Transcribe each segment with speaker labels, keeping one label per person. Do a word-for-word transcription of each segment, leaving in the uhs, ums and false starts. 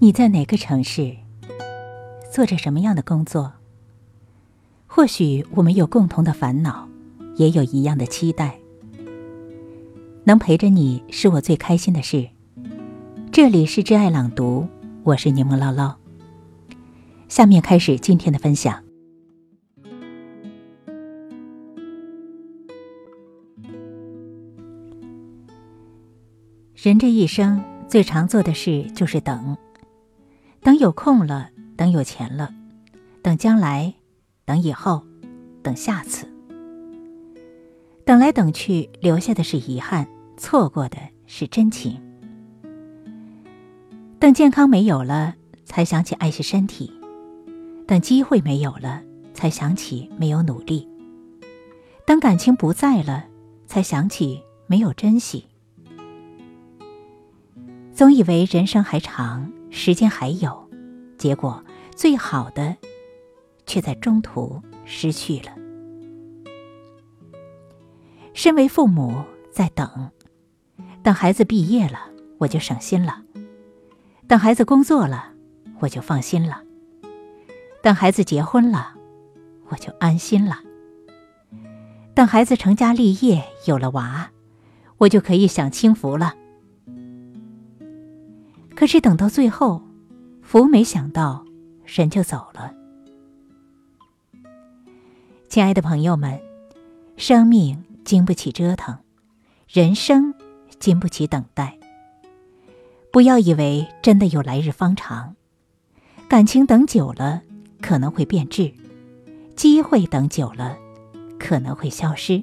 Speaker 1: 你在哪个城市？做着什么样的工作？或许我们有共同的烦恼，也有一样的期待。能陪着你是我最开心的事。这里是挚爱朗读，我是柠檬唠唠。下面开始今天的分享。人这一生最常做的事就是等，等有空了，等有钱了，等将来，等以后，等下次。等来等去，留下的是遗憾，错过的是真情。等健康没有了，才想起爱惜身体；等机会没有了，才想起没有努力；等感情不在了，才想起没有珍惜。总以为人生还长，时间还有，结果最好的却在中途失去了。身为父母，在等，等孩子毕业了，我就省心了；等孩子工作了，我就放心了；等孩子结婚了，我就安心了；等孩子成家立业，有了娃，我就可以享清福了。可是等到最后，福没想到，人就走了。亲爱的朋友们，生命经不起折腾，人生经不起等待。不要以为真的有来日方长，感情等久了可能会变质，机会等久了可能会消失。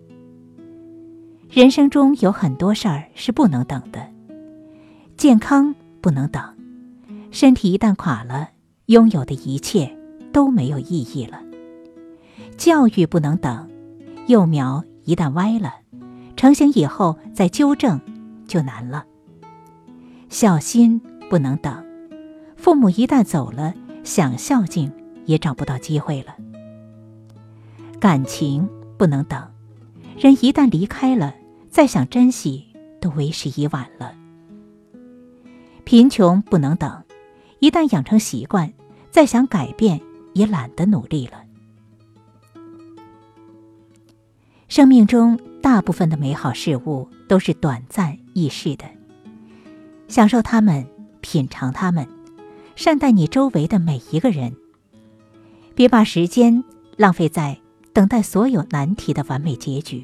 Speaker 1: 人生中有很多事儿是不能等的，健康不能等，身体一旦垮了，拥有的一切都没有意义了。教育不能等，幼苗一旦歪了，成型以后再纠正就难了。孝心不能等，父母一旦走了，想孝敬也找不到机会了。感情不能等，人一旦离开了，再想珍惜都为时已晚了。贫穷不能等，一旦养成习惯，再想改变也懒得努力了。生命中大部分的美好事物都是短暂易逝的，享受它们，品尝它们，善待你周围的每一个人。别把时间浪费在等待所有难题的完美结局。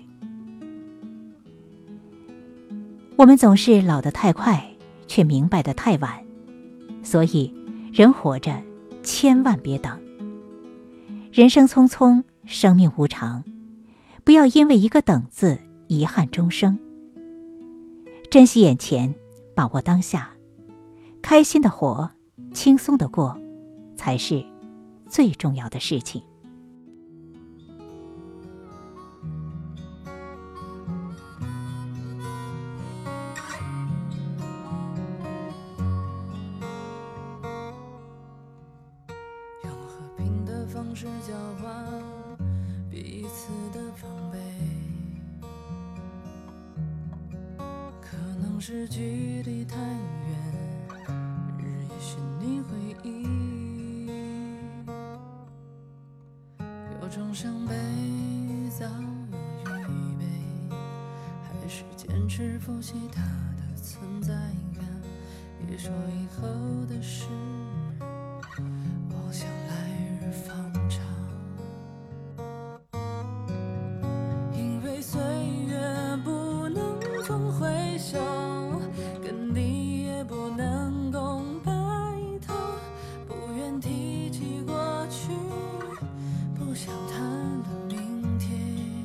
Speaker 1: 我们总是老得太快，却明白得太晚，所以人活着千万别等。人生匆匆，生命无常，不要因为一个等字遗憾终生。珍惜眼前，把握当下，开心的活，轻松的过，才是最重要的事情。
Speaker 2: 方式交换彼此的防备，可能是距离太远，日夜寻你回忆，有种伤悲早有预备，还是坚持复习它的存在感，别说以后的事，我想来日方长，因为岁月不能总回首，跟你也不能共白头，不愿提起过去，不想谈论明天，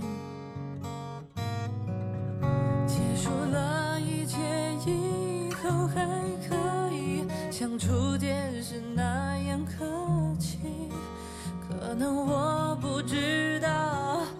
Speaker 2: 结束了一切以后还可以像初见时那样客气，可能我不知道